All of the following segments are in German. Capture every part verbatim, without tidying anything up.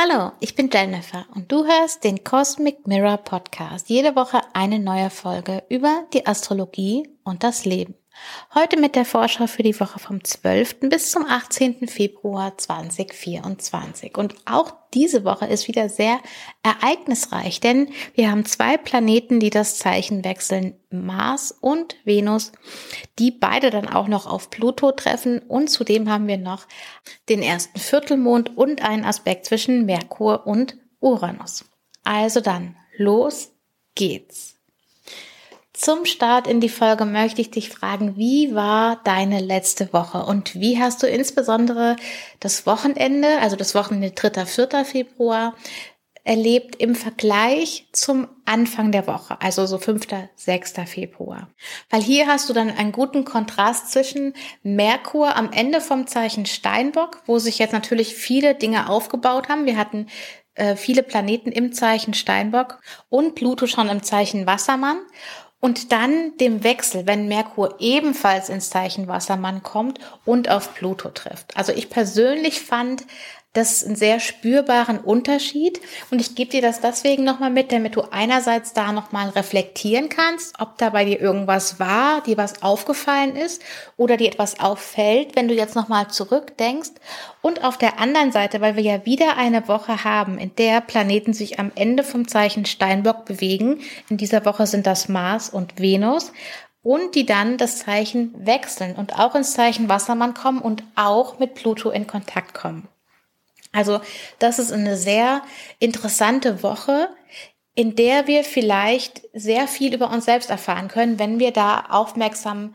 Hallo, ich bin Jennifer und du hörst den Cosmic Mirror Podcast. Jede Woche eine neue Folge über die Astrologie und das Leben. Heute mit der Vorschau für die Woche vom zwölften bis zum achtzehnten Februar zweitausendvierundzwanzig. Und auch diese Woche ist wieder sehr ereignisreich, denn wir haben zwei Planeten, die das Zeichen wechseln, Mars und Venus, die beide dann auch noch auf Pluto treffen. Und zudem haben wir noch den ersten Viertelmond und einen Aspekt zwischen Merkur und Uranus. Also dann, los geht's. Zum Start in die Folge möchte ich dich fragen, wie war deine letzte Woche und wie hast du insbesondere das Wochenende, also das Wochenende dritter vierter Februar, erlebt im Vergleich zum Anfang der Woche, also so fünfter sechster Februar. Weil hier hast du dann einen guten Kontrast zwischen Merkur am Ende vom Zeichen Steinbock, wo sich jetzt natürlich viele Dinge aufgebaut haben. Wir hatten äh, viele Planeten im Zeichen Steinbock und Pluto schon im Zeichen Wassermann. Und dann dem Wechsel, wenn Merkur ebenfalls ins Zeichen Wassermann kommt und auf Pluto trifft. Also ich persönlich fand das einen sehr spürbaren Unterschied und ich gebe dir das deswegen nochmal mit, damit du einerseits da nochmal reflektieren kannst, ob da bei dir irgendwas war, dir was aufgefallen ist oder dir etwas auffällt, wenn du jetzt nochmal zurückdenkst. Und auf der anderen Seite, weil wir ja wieder eine Woche haben, in der Planeten sich am Ende vom Zeichen Steinbock bewegen. In dieser Woche sind das Mars und Venus. Und die dann das Zeichen wechseln und auch ins Zeichen Wassermann kommen und auch mit Pluto in Kontakt kommen. Also das ist eine sehr interessante Woche, in der wir vielleicht sehr viel über uns selbst erfahren können, wenn wir da aufmerksam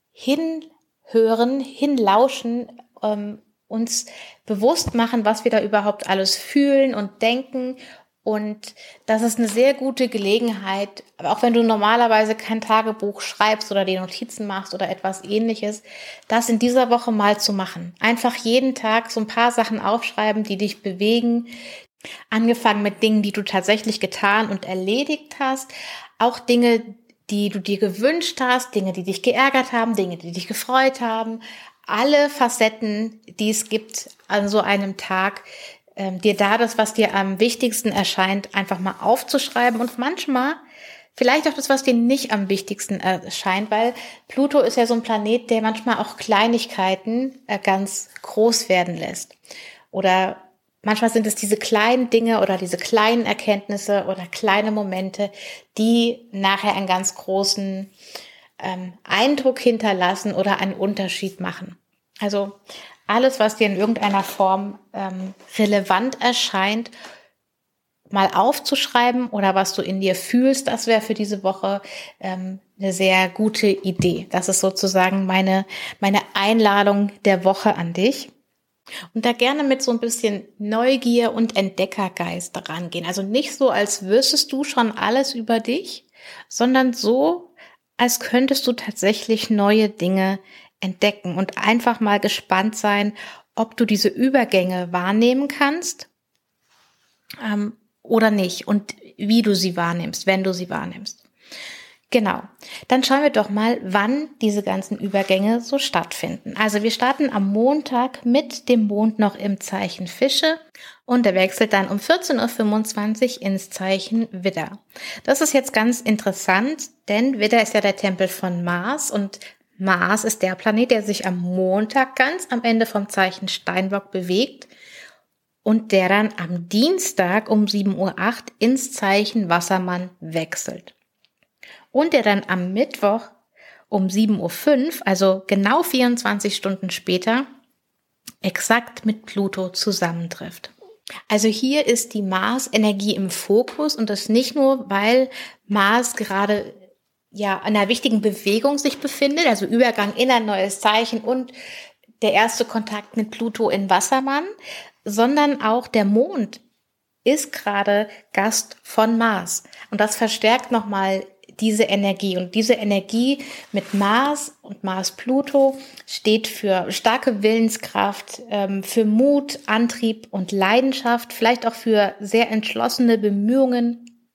hinhören, hinlauschen, ähm, uns bewusst machen, was wir da überhaupt alles fühlen und denken. Und das ist eine sehr gute Gelegenheit, auch wenn du normalerweise kein Tagebuch schreibst oder die Notizen machst oder etwas Ähnliches, das in dieser Woche mal zu machen. Einfach jeden Tag so ein paar Sachen aufschreiben, die dich bewegen. Angefangen mit Dingen, die du tatsächlich getan und erledigt hast. Auch Dinge, die du dir gewünscht hast, Dinge, die dich geärgert haben, Dinge, die dich gefreut haben. Alle Facetten, die es gibt an so einem Tag, dir da das, was dir am wichtigsten erscheint, einfach mal aufzuschreiben und manchmal vielleicht auch das, was dir nicht am wichtigsten erscheint, weil Pluto ist ja so ein Planet, der manchmal auch Kleinigkeiten ganz groß werden lässt. Oder manchmal sind es diese kleinen Dinge oder diese kleinen Erkenntnisse oder kleine Momente, die nachher einen ganz großen ähm, Eindruck hinterlassen oder einen Unterschied machen. Also alles, was dir in irgendeiner Form ähm, relevant erscheint, mal aufzuschreiben oder was du in dir fühlst, das wäre für diese Woche ähm, eine sehr gute Idee. Das ist sozusagen meine, meine Einladung der Woche an dich. Und da gerne mit so ein bisschen Neugier und Entdeckergeist rangehen. Also nicht so, als wüsstest du schon alles über dich, sondern so, als könntest du tatsächlich neue Dinge entdecken und einfach mal gespannt sein, ob du diese Übergänge wahrnehmen kannst ähm, oder nicht und wie du sie wahrnimmst, wenn du sie wahrnimmst. Genau, dann schauen wir doch mal, wann diese ganzen Übergänge so stattfinden. Also wir starten am Montag mit dem Mond noch im Zeichen Fische und der wechselt dann um vierzehn Uhr fünfundzwanzig ins Zeichen Widder. Das ist jetzt ganz interessant, denn Widder ist ja der Tempel von Mars und Mars ist der Planet, der sich am Montag ganz am Ende vom Zeichen Steinbock bewegt und der dann am Dienstag um sieben Uhr acht ins Zeichen Wassermann wechselt. Und der dann am Mittwoch um sieben Uhr fünf, also genau vierundzwanzig Stunden später, exakt mit Pluto zusammentrifft. Also hier ist die Mars-Energie im Fokus und das nicht nur, weil Mars gerade ja in einer wichtigen Bewegung sich befindet, also Übergang in ein neues Zeichen und der erste Kontakt mit Pluto in Wassermann, sondern auch der Mond ist gerade Gast von Mars. Und das verstärkt nochmal diese Energie. Und diese Energie mit Mars und Mars-Pluto steht für starke Willenskraft, für Mut, Antrieb und Leidenschaft, vielleicht auch für sehr entschlossene Bemühungen,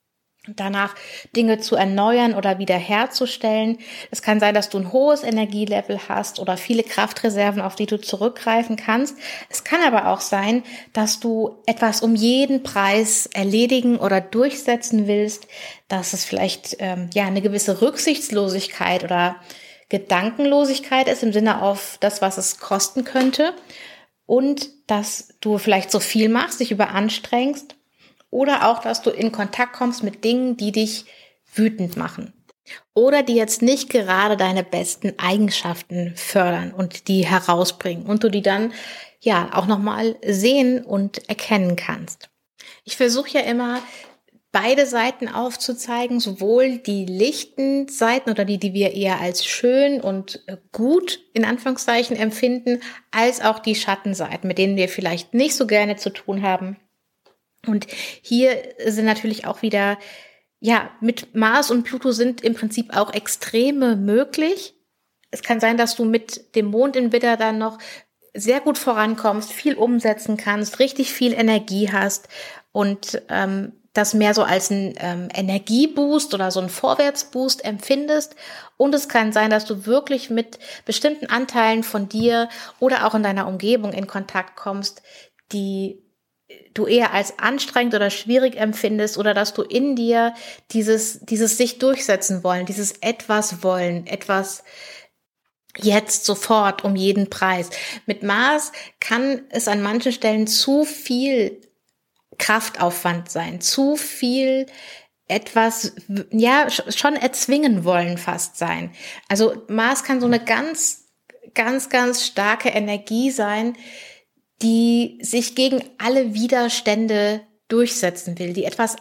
danach Dinge zu erneuern oder wiederherzustellen. Es kann sein, dass du ein hohes Energielevel hast oder viele Kraftreserven, auf die du zurückgreifen kannst. Es kann aber auch sein, dass du etwas um jeden Preis erledigen oder durchsetzen willst, dass es vielleicht ähm, ja eine gewisse Rücksichtslosigkeit oder Gedankenlosigkeit ist im Sinne auf das, was es kosten könnte, und dass du vielleicht so viel machst, dich überanstrengst. Oder auch, dass du in Kontakt kommst mit Dingen, die dich wütend machen. Oder die jetzt nicht gerade deine besten Eigenschaften fördern und die herausbringen. Und du die dann ja auch nochmal sehen und erkennen kannst. Ich versuche ja immer, beide Seiten aufzuzeigen, sowohl die lichten Seiten oder die, die wir eher als schön und gut in Anführungszeichen empfinden, als auch die Schattenseiten, mit denen wir vielleicht nicht so gerne zu tun haben. Und hier sind natürlich auch wieder, ja, mit Mars und Pluto sind im Prinzip auch Extreme möglich. Es kann sein, dass du mit dem Mond in Widder dann noch sehr gut vorankommst, viel umsetzen kannst, richtig viel Energie hast und ähm, das mehr so als ein ähm, Energieboost oder so ein Vorwärtsboost empfindest. Und es kann sein, dass du wirklich mit bestimmten Anteilen von dir oder auch in deiner Umgebung in Kontakt kommst, die du eher als anstrengend oder schwierig empfindest, oder dass du in dir dieses, dieses sich durchsetzen wollen, dieses etwas wollen, etwas jetzt sofort um jeden Preis. Mit Mars kann es an manchen Stellen zu viel Kraftaufwand sein, zu viel etwas, ja, schon erzwingen wollen fast sein. Also Mars kann so eine ganz, ganz, ganz starke Energie sein, die sich gegen alle Widerstände durchsetzen will, die etwas,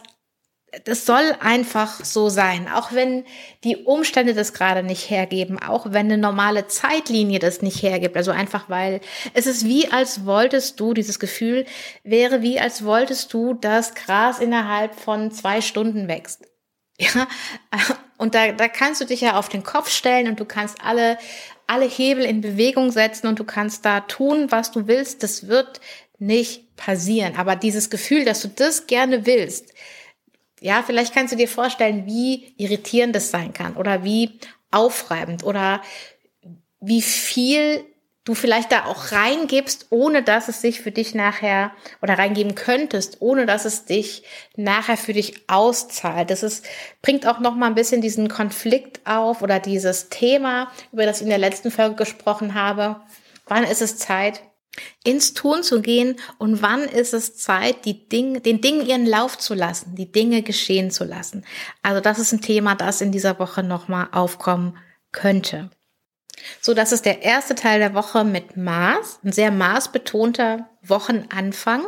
das soll einfach so sein, auch wenn die Umstände das gerade nicht hergeben, auch wenn eine normale Zeitlinie das nicht hergibt, also einfach weil es ist wie, als wolltest du, dieses Gefühl wäre wie, als wolltest du, dass Gras innerhalb von zwei Stunden wächst. Ja, und da, da kannst du dich ja auf den Kopf stellen und du kannst alle alle Hebel in Bewegung setzen und du kannst da tun, was du willst. Das wird nicht passieren. Aber dieses Gefühl, dass du das gerne willst, ja, vielleicht kannst du dir vorstellen, wie irritierend das sein kann oder wie aufreibend oder wie viel du vielleicht da auch reingibst, ohne dass es sich für dich nachher, oder reingeben könntest, ohne dass es dich nachher für dich auszahlt. Das ist, bringt auch noch mal ein bisschen diesen Konflikt auf oder dieses Thema, über das ich in der letzten Folge gesprochen habe. Wann ist es Zeit, ins Tun zu gehen, und wann ist es Zeit, die Dinge, den Dingen ihren Lauf zu lassen, die Dinge geschehen zu lassen? Also das ist ein Thema, das in dieser Woche noch mal aufkommen könnte. So, das ist der erste Teil der Woche mit Mars, ein sehr marsbetonter Wochenanfang.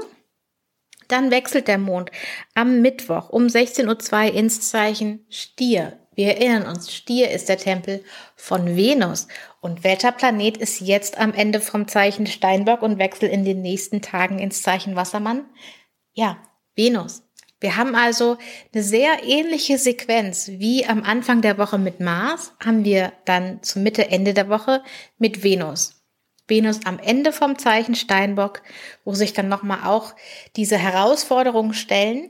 Dann wechselt der Mond am Mittwoch um sechzehn Uhr zwei ins Zeichen Stier. Wir erinnern uns, Stier ist der Tempel von Venus. Und welcher Planet ist jetzt am Ende vom Zeichen Steinbock und wechselt in den nächsten Tagen ins Zeichen Wassermann? Ja, Venus. Wir haben also eine sehr ähnliche Sequenz wie am Anfang der Woche mit Mars, haben wir dann zur Mitte, Ende der Woche mit Venus. Venus am Ende vom Zeichen Steinbock, wo sich dann nochmal auch diese Herausforderungen stellen.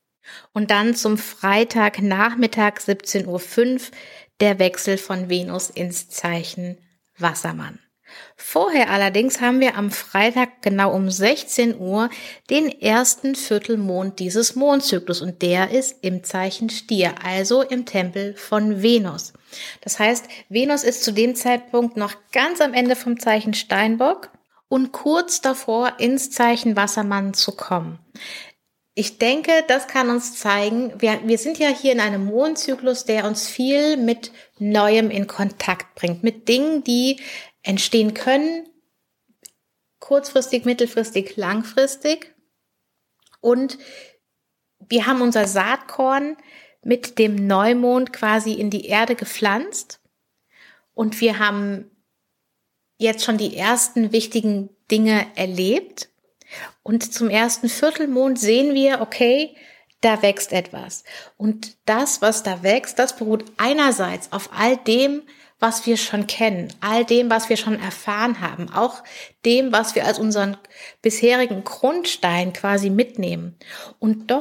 Und dann zum Freitagnachmittag siebzehn Uhr fünf der Wechsel von Venus ins Zeichen Wassermann. Vorher allerdings haben wir am Freitag genau um sechzehn Uhr den ersten Viertelmond dieses Mondzyklus, und der ist im Zeichen Stier, also im Tempel von Venus. Das heißt, Venus ist zu dem Zeitpunkt noch ganz am Ende vom Zeichen Steinbock und kurz davor ins Zeichen Wassermann zu kommen. Ich denke, das kann uns zeigen, wir, wir sind ja hier in einem Mondzyklus, der uns viel mit Neuem in Kontakt bringt, mit Dingen, die entstehen können, kurzfristig, mittelfristig, langfristig. Und wir haben unser Saatkorn mit dem Neumond quasi in die Erde gepflanzt. Und wir haben jetzt schon die ersten wichtigen Dinge erlebt. Und zum ersten Viertelmond sehen wir, okay, da wächst etwas. Und das, was da wächst, das beruht einerseits auf all dem, was wir schon kennen, all dem, was wir schon erfahren haben, auch dem, was wir als unseren bisherigen Grundstein quasi mitnehmen. Und doch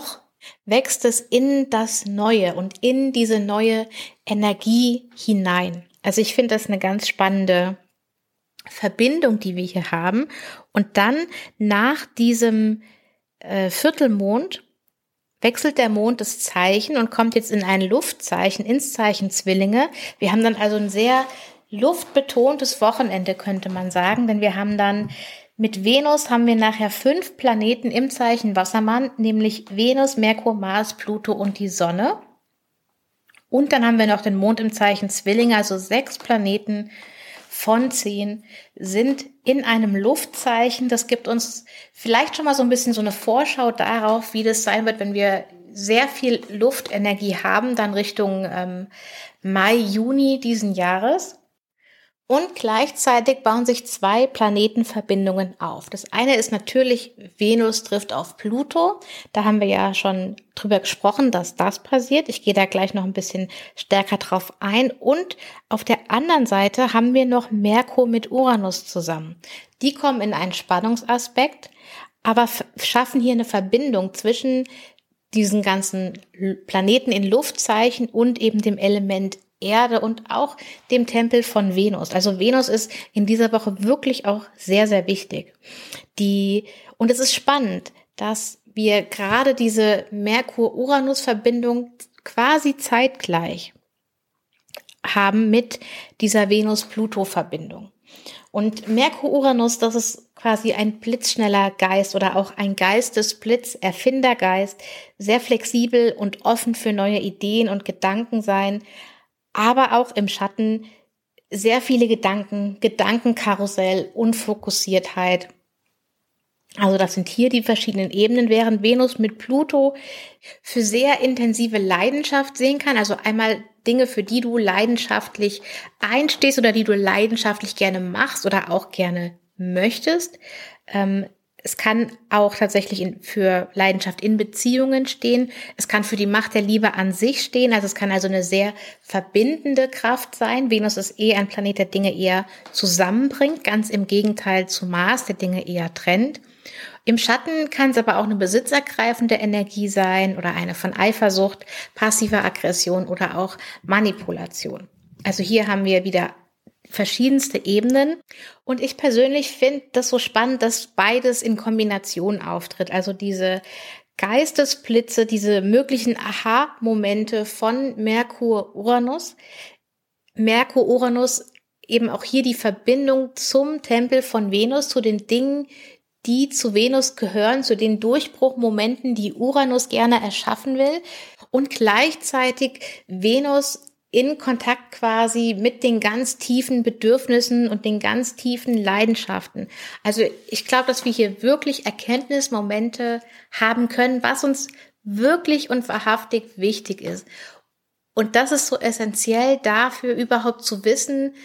wächst es in das Neue und in diese neue Energie hinein. Also ich finde das eine ganz spannende Verbindung, die wir hier haben. Und dann nach diesem äh, Viertelmond wechselt der Mond das Zeichen und kommt jetzt in ein Luftzeichen, ins Zeichen Zwillinge. Wir haben dann also ein sehr luftbetontes Wochenende, könnte man sagen, denn wir haben dann mit Venus haben wir nachher fünf Planeten im Zeichen Wassermann, nämlich Venus, Merkur, Mars, Pluto und die Sonne. Und dann haben wir noch den Mond im Zeichen Zwillinge, also sechs Planeten von zehn sind in einem Luftzeichen. Das gibt uns vielleicht schon mal so ein bisschen so eine Vorschau darauf, wie das sein wird, wenn wir sehr viel Luftenergie haben, dann Richtung ähm, Mai, Juni diesen Jahres. Und gleichzeitig bauen sich zwei Planetenverbindungen auf. Das eine ist natürlich, Venus trifft auf Pluto. Da haben wir ja schon drüber gesprochen, dass das passiert. Ich gehe da gleich noch ein bisschen stärker drauf ein. Und auf der anderen Seite haben wir noch Merkur mit Uranus zusammen. Die kommen in einen Spannungsaspekt, aber schaffen hier eine Verbindung zwischen diesen ganzen Planeten in Luftzeichen und eben dem Element Erde und auch dem Tempel von Venus. Also Venus ist in dieser Woche wirklich auch sehr, sehr wichtig. Die, und es ist spannend, dass wir gerade diese Merkur-Uranus-Verbindung quasi zeitgleich haben mit dieser Venus-Pluto-Verbindung. Und Merkur-Uranus, das ist quasi ein blitzschneller Geist oder auch ein Geistesblitz, Erfindergeist, sehr flexibel und offen für neue Ideen und Gedanken sein, aber auch im Schatten sehr viele Gedanken, Gedankenkarussell, Unfokussiertheit. Also das sind hier die verschiedenen Ebenen, während Venus mit Pluto für sehr intensive Leidenschaft sehen kann. Also einmal Dinge, für die du leidenschaftlich einstehst oder die du leidenschaftlich gerne machst oder auch gerne möchtest. Ähm, Es kann auch tatsächlich in, für Leidenschaft in Beziehungen stehen. Es kann für die Macht der Liebe an sich stehen. Also es kann also eine sehr verbindende Kraft sein. Venus ist eh ein Planet, der Dinge eher zusammenbringt, ganz im Gegenteil zu Mars, der Dinge eher trennt. Im Schatten kann es aber auch eine besitzergreifende Energie sein oder eine von Eifersucht, passiver Aggression oder auch Manipulation. Also hier haben wir wieder verschiedenste Ebenen. Und ich persönlich finde das so spannend, dass beides in Kombination auftritt. Also diese Geistesblitze, diese möglichen Aha-Momente von Merkur-Uranus. Merkur-Uranus eben auch hier die Verbindung zum Tempel von Venus, zu den Dingen, die zu Venus gehören, zu den Durchbruchmomenten, die Uranus gerne erschaffen will. Und gleichzeitig Venus in Kontakt quasi mit den ganz tiefen Bedürfnissen und den ganz tiefen Leidenschaften. Also ich glaube, dass wir hier wirklich Erkenntnismomente haben können, was uns wirklich und wahrhaftig wichtig ist. Und das ist so essentiell dafür, überhaupt zu wissen,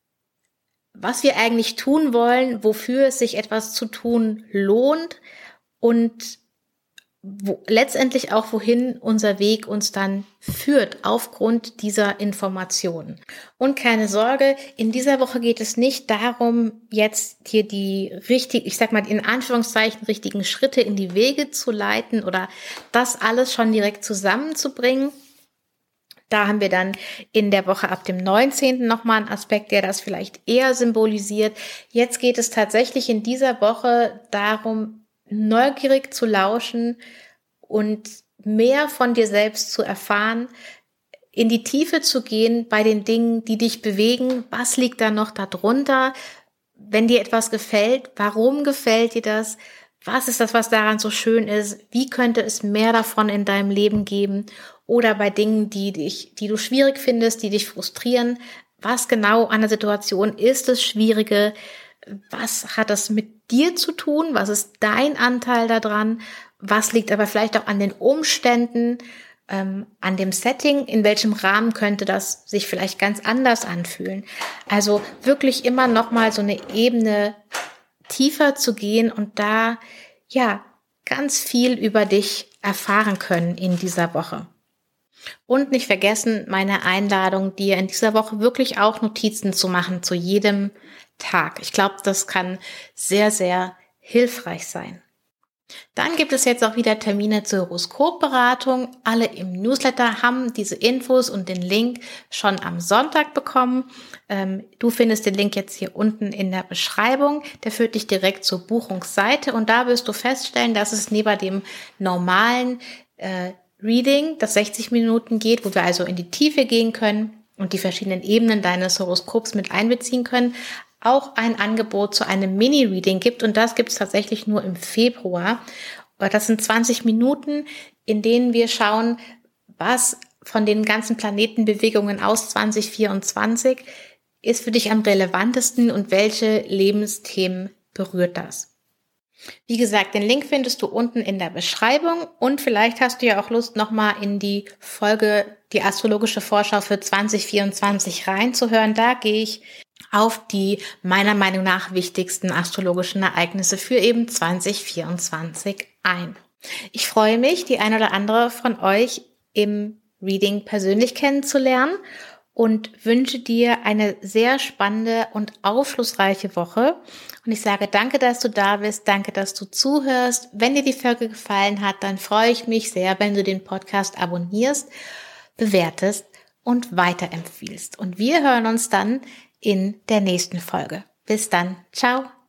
was wir eigentlich tun wollen, wofür es sich etwas zu tun lohnt und wo, letztendlich auch, wohin unser Weg uns dann führt, aufgrund dieser Informationen. Und keine Sorge, in dieser Woche geht es nicht darum, jetzt hier die richtig, ich sag mal in Anführungszeichen, richtigen Schritte in die Wege zu leiten oder das alles schon direkt zusammenzubringen. Da haben wir dann in der Woche ab dem neunzehnten nochmal einen Aspekt, der das vielleicht eher symbolisiert. Jetzt geht es tatsächlich in dieser Woche darum, neugierig zu lauschen und mehr von dir selbst zu erfahren, in die Tiefe zu gehen bei den Dingen, die dich bewegen. Was liegt da noch darunter? Wenn dir etwas gefällt, warum gefällt dir das? Was ist das, was daran so schön ist? Wie könnte es mehr davon in deinem Leben geben? Oder bei Dingen, die dich, die du schwierig findest, die dich frustrieren. Was genau an der Situation ist das Schwierige? Was hat das mit dir zu tun? Was ist dein Anteil daran? Was liegt aber vielleicht auch an den Umständen, ähm, an dem Setting? In welchem Rahmen könnte das sich vielleicht ganz anders anfühlen? Also wirklich immer noch mal so eine Ebene tiefer zu gehen und da, ja, ganz viel über dich erfahren können in dieser Woche. Und nicht vergessen, meine Einladung, dir in dieser Woche wirklich auch Notizen zu machen zu jedem Tag. Ich glaube, das kann sehr, sehr hilfreich sein. Dann gibt es jetzt auch wieder Termine zur Horoskopberatung. Alle im Newsletter haben diese Infos und den Link schon am Sonntag bekommen. Ähm, du findest den Link jetzt hier unten in der Beschreibung. Der führt dich direkt zur Buchungsseite und da wirst du feststellen, dass es neben dem normalen äh, Reading, das sechzig Minuten geht, wo wir also in die Tiefe gehen können und die verschiedenen Ebenen deines Horoskops mit einbeziehen können, auch ein Angebot zu einem Mini-Reading gibt und das gibt es tatsächlich nur im Februar. Das sind zwanzig Minuten, in denen wir schauen, was von den ganzen Planetenbewegungen aus zwanzig vierundzwanzig ist für dich am relevantesten und welche Lebensthemen berührt das. Wie gesagt, den Link findest du unten in der Beschreibung und vielleicht hast du ja auch Lust, nochmal in die Folge, die astrologische Vorschau für zwanzig vierundzwanzig reinzuhören. Da gehe ich auf die meiner Meinung nach wichtigsten astrologischen Ereignisse für eben zwanzig vierundzwanzig ein. Ich freue mich, die ein oder andere von euch im Reading persönlich kennenzulernen und wünsche dir eine sehr spannende und aufschlussreiche Woche. Und ich sage danke, dass du da bist, danke, dass du zuhörst. Wenn dir die Folge gefallen hat, dann freue ich mich sehr, wenn du den Podcast abonnierst, bewertest und weiterempfiehlst. Und wir hören uns dann in der nächsten Folge. Bis dann. Ciao.